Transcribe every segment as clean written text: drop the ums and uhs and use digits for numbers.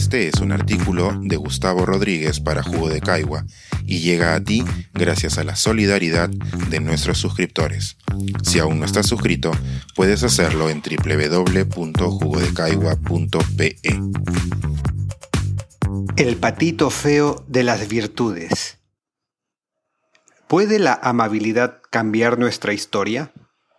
Este es un artículo de Gustavo Rodríguez para Jugo de Caigua y llega a ti gracias a la solidaridad de nuestros suscriptores. Si aún no estás suscrito, puedes hacerlo en www.jugodecaigua.pe. El patito feo de las virtudes. ¿Puede la amabilidad cambiar nuestra historia?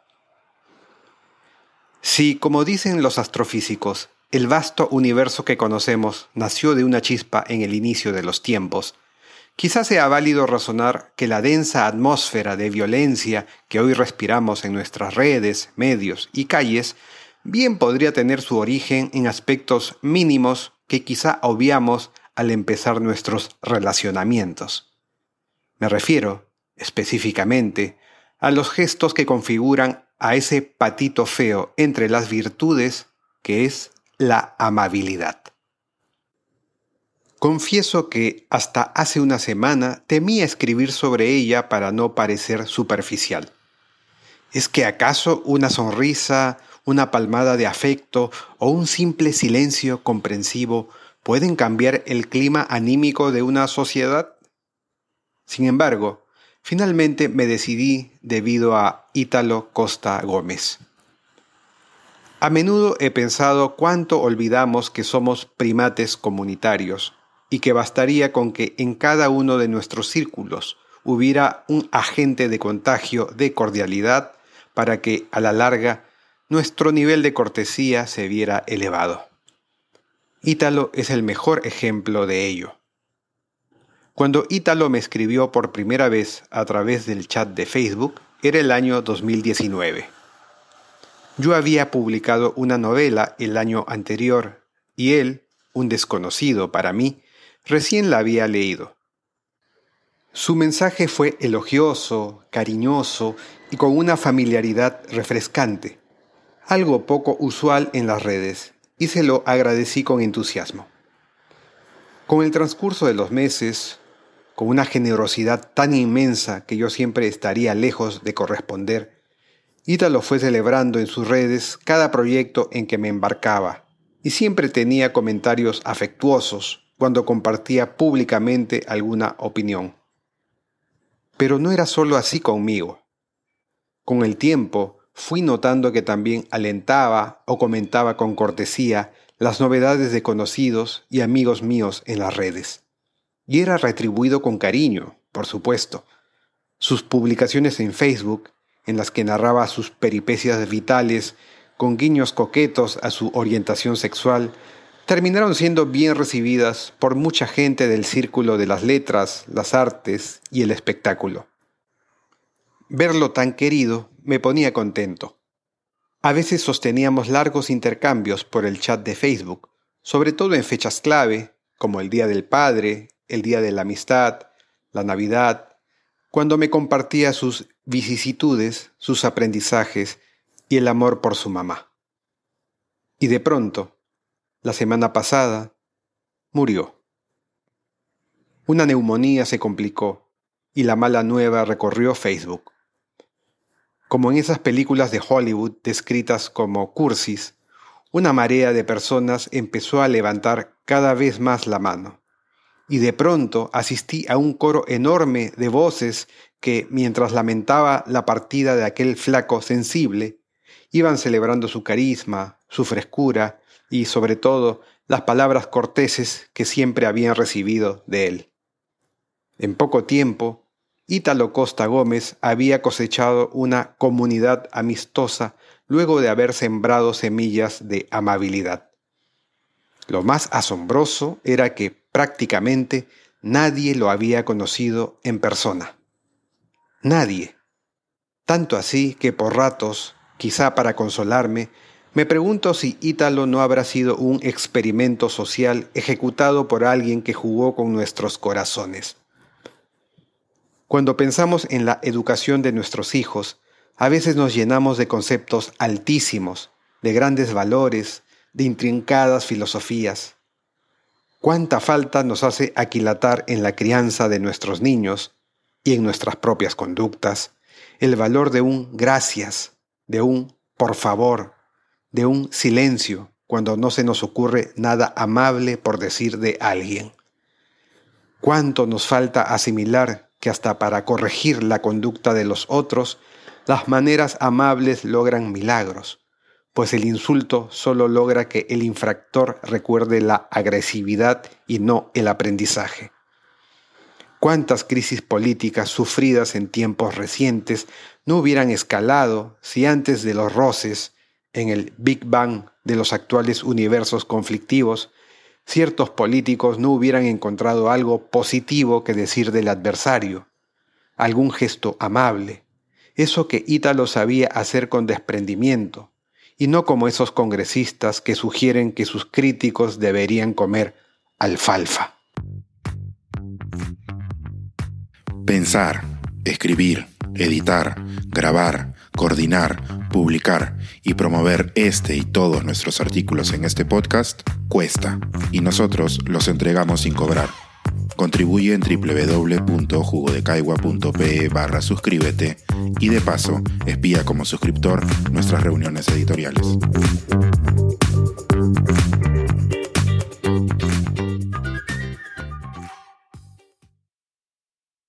Si, como dicen los astrofísicos, el vasto universo que conocemos nació de una chispa en el inicio de los tiempos, quizás sea válido razonar que la densa atmósfera de violencia que hoy respiramos en nuestras redes, medios y calles bien podría tener su origen en aspectos mínimos que quizá obviamos al empezar nuestros relacionamientos. Me refiero, específicamente, a los gestos que configuran a ese patito feo entre las virtudes que es la amabilidad. Confieso que hasta hace una semana temía escribir sobre ella para no parecer superficial. ¿Es que acaso una sonrisa, una palmada de afecto o un simple silencio comprensivo pueden cambiar el clima anímico de una sociedad? Sin embargo, finalmente me decidí debido a Ítalo Costa Gómez. A menudo he pensado cuánto olvidamos que somos primates comunitarios y que bastaría con que en cada uno de nuestros círculos hubiera un agente de contagio de cordialidad para que, a la larga, nuestro nivel de cortesía se viera elevado. Ítalo es el mejor ejemplo de ello. Cuando Ítalo me escribió por primera vez a través del chat de Facebook, era el año 2019. Yo había publicado una novela el año anterior y él, un desconocido para mí, recién la había leído. Su mensaje fue elogioso, cariñoso y con una familiaridad refrescante, algo poco usual en las redes, y se lo agradecí con entusiasmo. Con el transcurso de los meses, con una generosidad tan inmensa que yo siempre estaría lejos de corresponder, Ítalo fue celebrando en sus redes cada proyecto en que me embarcaba y siempre tenía comentarios afectuosos cuando compartía públicamente alguna opinión. Pero no era solo así conmigo. Con el tiempo fui notando que también alentaba o comentaba con cortesía las novedades de conocidos y amigos míos en las redes. Y era retribuido con cariño, por supuesto. Sus publicaciones en Facebook, en las que narraba sus peripecias vitales con guiños coquetos a su orientación sexual, terminaron siendo bien recibidas por mucha gente del círculo de las letras, las artes y el espectáculo. Verlo tan querido me ponía contento. A veces sosteníamos largos intercambios por el chat de Facebook, sobre todo en fechas clave, como el Día del Padre, el Día de la Amistad, la Navidad, cuando me compartía sus vicisitudes, sus aprendizajes y el amor por su mamá. Y de pronto, la semana pasada, murió. Una neumonía se complicó y la mala nueva recorrió Facebook. Como en esas películas de Hollywood descritas como cursis, una marea de personas empezó a levantar cada vez más la mano. Y de pronto asistí a un coro enorme de voces que, mientras lamentaba la partida de aquel flaco sensible, iban celebrando su carisma, su frescura y, sobre todo, las palabras corteses que siempre habían recibido de él. En poco tiempo, Ítalo Costa Gómez había cosechado una comunidad amistosa luego de haber sembrado semillas de amabilidad. Lo más asombroso era que prácticamente nadie lo había conocido en persona. Nadie. Tanto así que por ratos, quizá para consolarme, me pregunto si Ítalo no habrá sido un experimento social ejecutado por alguien que jugó con nuestros corazones. Cuando pensamos en la educación de nuestros hijos, a veces nos llenamos de conceptos altísimos, de grandes valores, de intrincadas filosofías. ¿Cuánta falta nos hace aquilatar en la crianza de nuestros niños y en nuestras propias conductas el valor de un gracias, de un por favor, de un silencio, cuando no se nos ocurre nada amable por decir de alguien. ¿Cuánto nos falta asimilar que hasta para corregir la conducta de los otros, las maneras amables logran milagros? Pues el insulto solo logra que el infractor recuerde la agresividad y no el aprendizaje. ¿Cuántas crisis políticas sufridas en tiempos recientes no hubieran escalado si antes de los roces en el Big Bang de los actuales universos conflictivos, ciertos políticos no hubieran encontrado algo positivo que decir del adversario, algún gesto amable, eso que Ítalo sabía hacer con desprendimiento, y no como esos congresistas que sugieren que sus críticos deberían comer alfalfa? Pensar, escribir, editar, grabar, coordinar, publicar y promover este y todos nuestros artículos en este podcast cuesta, y nosotros los entregamos sin cobrar. Contribuye en www.jugodecaigua.pe/suscríbete y de paso espía como suscriptor nuestras reuniones editoriales.